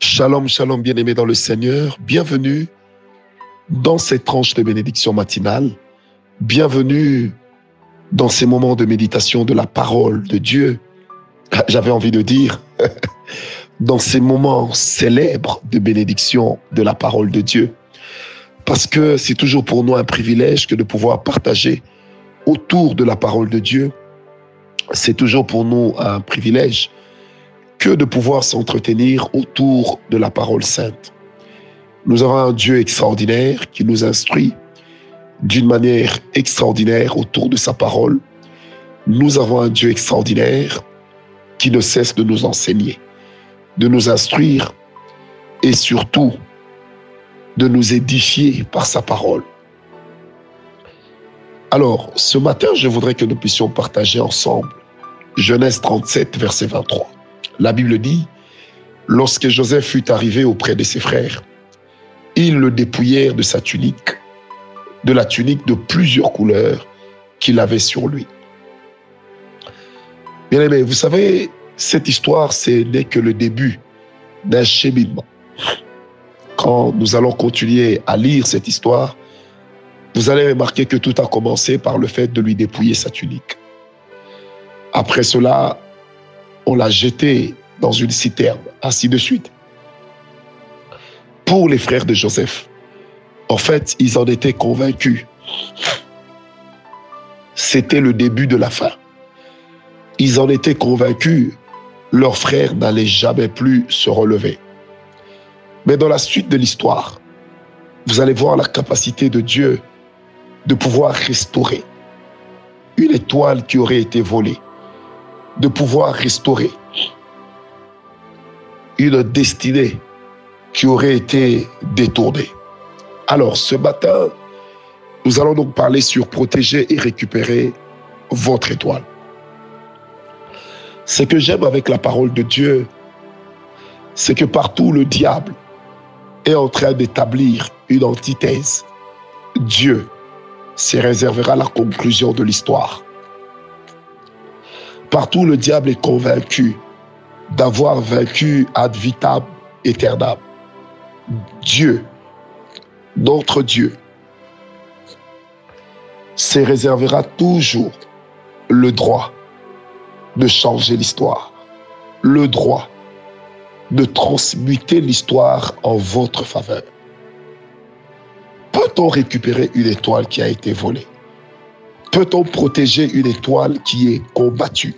Shalom, shalom, bien-aimés dans le Seigneur. Bienvenue dans cette tranche de bénédiction matinale. Bienvenue dans ces moments de méditation de la parole de Dieu. J'avais envie de dire, dans ces moments célèbres de bénédiction de la parole de Dieu. Parce que c'est toujours pour nous un privilège que de pouvoir partager autour de la parole de Dieu. C'est toujours pour nous un privilège que de pouvoir s'entretenir autour de la parole sainte. Nous avons un Dieu extraordinaire qui nous instruit d'une manière extraordinaire autour de sa parole. Nous avons un Dieu extraordinaire qui ne cesse de nous enseigner, de nous instruire et surtout de nous édifier par sa parole. Alors, ce matin, je voudrais que nous puissions partager ensemble Genèse 37, verset 23. La Bible dit, lorsque Joseph fut arrivé auprès de ses frères, ils le dépouillèrent de sa tunique, de la tunique de plusieurs couleurs qu'il avait sur lui. Bien aimé, vous savez, cette histoire, ce n'est que le début d'un cheminement. Quand nous allons continuer à lire cette histoire, vous allez remarquer que tout a commencé par le fait de lui dépouiller sa tunique. Après cela, on l'a jeté dans une citerne, ainsi de suite. Pour les frères de Joseph, en fait, ils en étaient convaincus. C'était le début de la fin. Ils en étaient convaincus, leur frère n'allait jamais plus se relever. Mais dans la suite de l'histoire, vous allez voir la capacité de Dieu de pouvoir restaurer une étoile qui aurait été volée, de pouvoir restaurer une destinée qui aurait été détournée. Alors, ce matin, nous allons donc parler sur protéger et récupérer votre étoile. Ce que j'aime avec la parole de Dieu, c'est que partout le diable est en train d'établir une antithèse, Dieu se réservera la conclusion de l'histoire. Partout le diable est convaincu d'avoir vaincu ad vitam aeternam. Dieu, notre Dieu, se réservera toujours le droit de changer l'histoire, le droit de transmuter l'histoire en votre faveur. Peut-on récupérer une étoile qui a été volée? Peut-on protéger une étoile qui est combattue?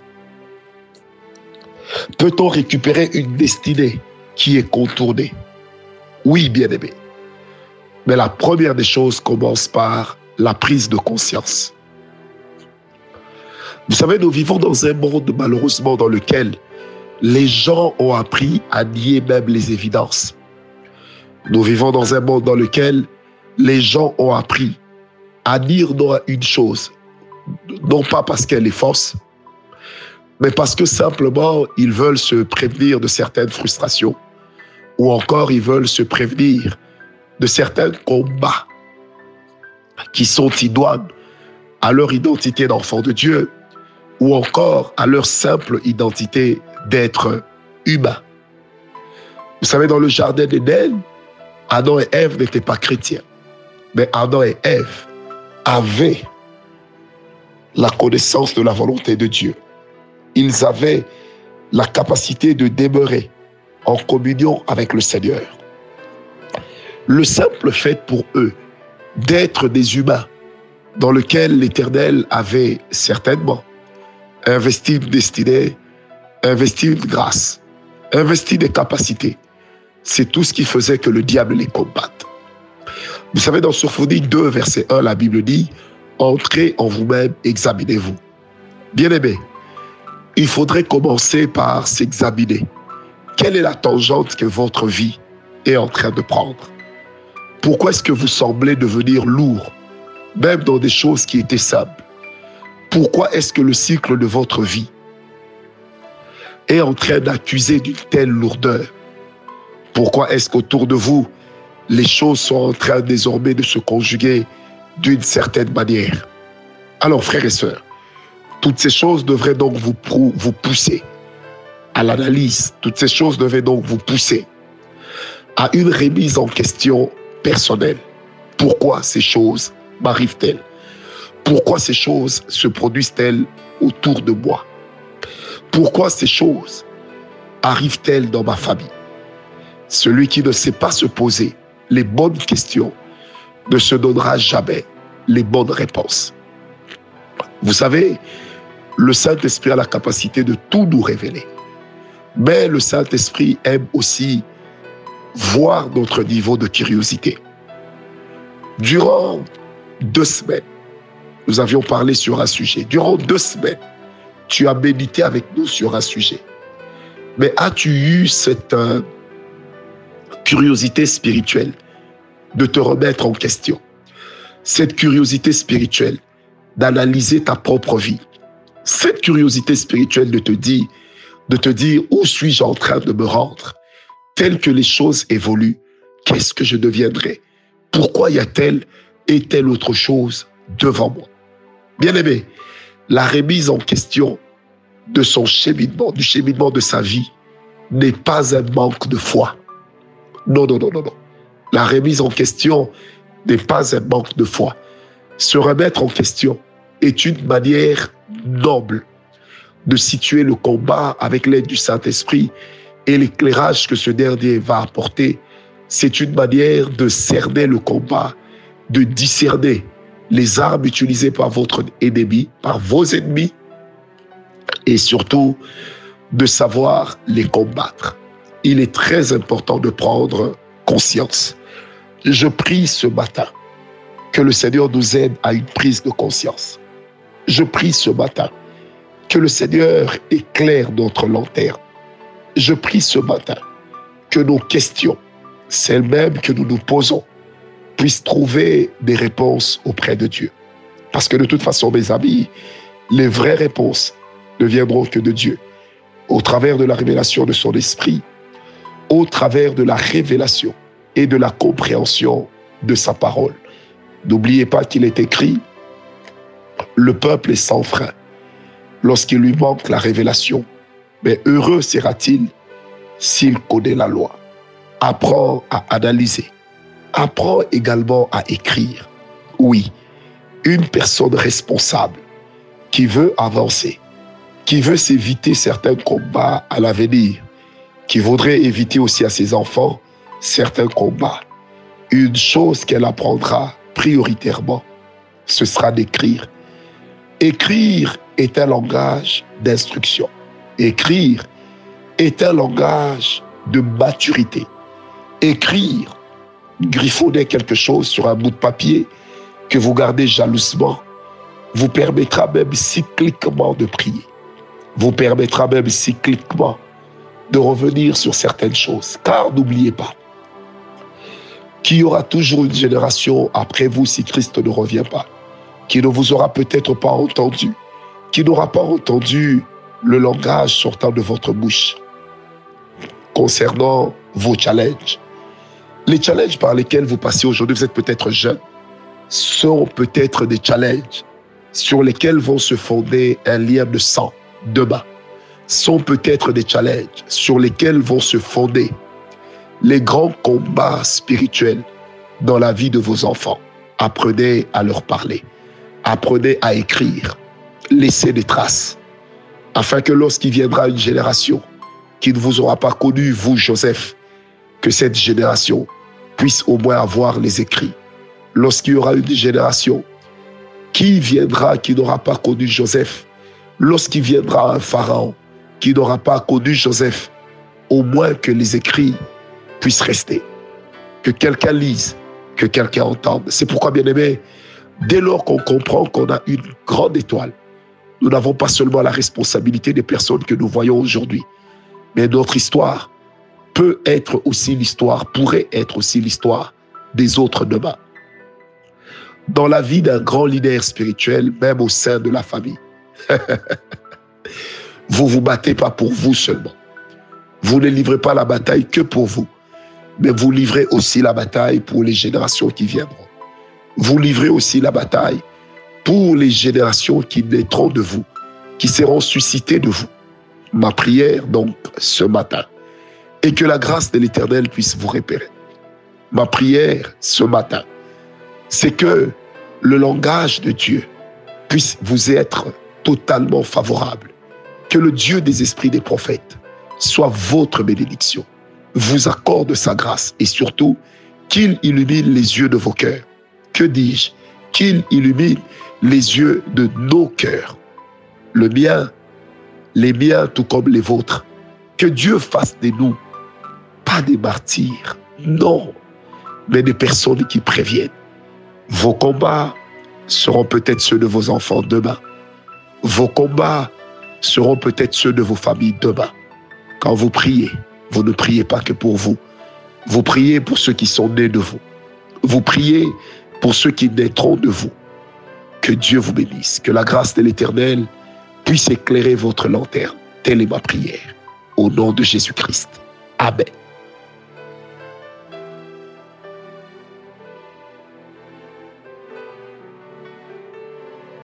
Peut-on récupérer une destinée qui est contournée? Oui, bien-aimé. Mais la première des choses commence par la prise de conscience. Vous savez, nous vivons dans un monde, malheureusement, dans lequel les gens ont appris à nier même les évidences. Nous vivons dans un monde dans lequel les gens ont appris à dire non à une chose, non pas parce qu'elle est fausse, mais parce que simplement, ils veulent se prévenir de certaines frustrations, ou encore ils veulent se prévenir de certains combats qui sont idoines à leur identité d'enfant de Dieu, ou encore à leur simple identité d'être humain. Vous savez, dans le jardin d'Éden, Adam et Ève n'étaient pas chrétiens, mais Adam et Ève avaient la connaissance de la volonté de Dieu. Ils avaient la capacité de demeurer en communion avec le Seigneur. Le simple fait pour eux d'être des humains dans lequel l'Éternel avait certainement investi une destinée, investi une grâce, investi des capacités, c'est tout ce qui faisait que le diable les combatte. Vous savez, dans Sophonie 2, verset 1, la Bible dit « Entrez en vous-même, examinez-vous ». Bien-aimés, il faudrait commencer par s'examiner. Quelle est la tangente que votre vie est en train de prendre? Pourquoi est-ce que vous semblez devenir lourd, même dans des choses qui étaient simples? Pourquoi est-ce que le cycle de votre vie est en train d'accuser d'une telle lourdeur? Pourquoi est-ce qu'autour de vous, les choses sont en train désormais de se conjuguer d'une certaine manière? Alors, frères et sœurs, toutes ces choses devraient donc vous pousser à l'analyse. Toutes ces choses devaient donc vous pousser à une remise en question personnelle. Pourquoi ces choses m'arrivent-elles? Pourquoi ces choses se produisent-elles autour de moi? Pourquoi ces choses arrivent-elles dans ma famille? Celui qui ne sait pas se poser les bonnes questions ne se donnera jamais les bonnes réponses. Vous savez, le Saint-Esprit a la capacité de tout nous révéler. Mais le Saint-Esprit aime aussi voir notre niveau de curiosité. Durant 2 semaines, nous avions parlé sur un sujet. Durant 2 semaines, tu as médité avec nous sur un sujet. Mais as-tu eu cette curiosité spirituelle de te remettre en question? Cette curiosité spirituelle d'analyser ta propre vie. Cette curiosité spirituelle de te dire où suis-je en train de me rendre? Tel que les choses évoluent, qu'est-ce que je deviendrai? Pourquoi y a telle et telle autre chose devant moi? Bien-aimé, la remise en question de son cheminement, du cheminement de sa vie, n'est pas un manque de foi. Non, non, non, non, non. La remise en question n'est pas un manque de foi. Se remettre en question est une manière noble de situer le combat avec l'aide du Saint-Esprit et l'éclairage que ce dernier va apporter. C'est une manière de cerner le combat, de discerner les armes utilisées par votre ennemi, par vos ennemis, et surtout de savoir les combattre. Il est très important de prendre conscience. Je prie ce matin que le Seigneur nous aide à une prise de conscience. Je prie ce matin que le Seigneur éclaire notre lanterne. Je prie ce matin que nos questions, celles-mêmes que nous nous posons, puissent trouver des réponses auprès de Dieu. Parce que de toute façon, mes amis, les vraies réponses ne viendront que de Dieu, au travers de la révélation de son esprit, au travers de la révélation et de la compréhension de sa parole. N'oubliez pas qu'il est écrit, le peuple est sans frein lorsqu'il lui manque la révélation, mais heureux sera-t-il s'il connaît la loi. Apprends à analyser, apprends également à écrire. Oui, une personne responsable qui veut avancer, qui veut s'éviter certains combats à l'avenir, qui voudrait éviter aussi à ses enfants certains combats, une chose qu'elle apprendra prioritairement, ce sera d'écrire. Écrire est un langage d'instruction. Écrire est un langage de maturité. Écrire, griffonner quelque chose sur un bout de papier que vous gardez jalousement, vous permettra même cycliquement de prier. Vous permettra même cycliquement de revenir sur certaines choses. Car n'oubliez pas qu'il y aura toujours une génération après vous si Christ ne revient pas, qui ne vous aura peut-être pas entendu, qui n'aura pas entendu le langage sortant de votre bouche concernant vos challenges. Les challenges par lesquels vous passez aujourd'hui, vous êtes peut-être jeune, sont peut-être des challenges sur lesquels vont se fonder un lien de sang demain. Sont peut-être des challenges sur lesquels vont se fonder les grands combats spirituels dans la vie de vos enfants. Apprenez à leur parler. Apprenez à écrire. Laissez des traces. Afin que lorsqu'il viendra une génération qui ne vous aura pas connu, vous, Joseph, que cette génération puisse au moins avoir les écrits. Lorsqu'il y aura une génération qui viendra, qui n'aura pas connu Joseph, lorsqu'il viendra un pharaon qui n'aura pas connu Joseph, au moins que les écrits puissent rester, que quelqu'un lise, que quelqu'un entende. C'est pourquoi, bien-aimés, dès lors qu'on comprend qu'on a une grande étoile, nous n'avons pas seulement la responsabilité des personnes que nous voyons aujourd'hui, mais notre histoire peut être aussi l'histoire, pourrait être aussi l'histoire des autres demain. Dans la vie d'un grand leader spirituel, même au sein de la famille, vous vous battez pas pour vous seulement. Vous ne livrez pas la bataille que pour vous, mais vous livrez aussi la bataille pour les générations qui viendront. Vous livrez aussi la bataille pour les générations qui naîtront de vous, qui seront suscitées de vous. Ma prière, donc, ce matin, et que la grâce de l'Éternel puisse vous repérer. Ma prière ce matin, c'est que le langage de Dieu puisse vous être totalement favorable. Que le Dieu des esprits des prophètes soit votre bénédiction, vous accorde sa grâce et surtout qu'il illumine les yeux de vos cœurs. Que dis-je? Qu'il illumine les yeux de nos cœurs. Le mien, les miens tout comme les vôtres. Que Dieu fasse de nous, pas des martyrs, non, mais des personnes qui préviennent. Vos combats seront peut-être ceux de vos enfants demain. Vos combats seront peut-être ceux de vos familles demain. Quand vous priez, vous ne priez pas que pour vous. Vous priez pour ceux qui sont nés de vous. Vous priez pour ceux qui naîtront de vous. Que Dieu vous bénisse. Que la grâce de l'Éternel puisse éclairer votre lanterne. Telle est ma prière. Au nom de Jésus-Christ. Amen.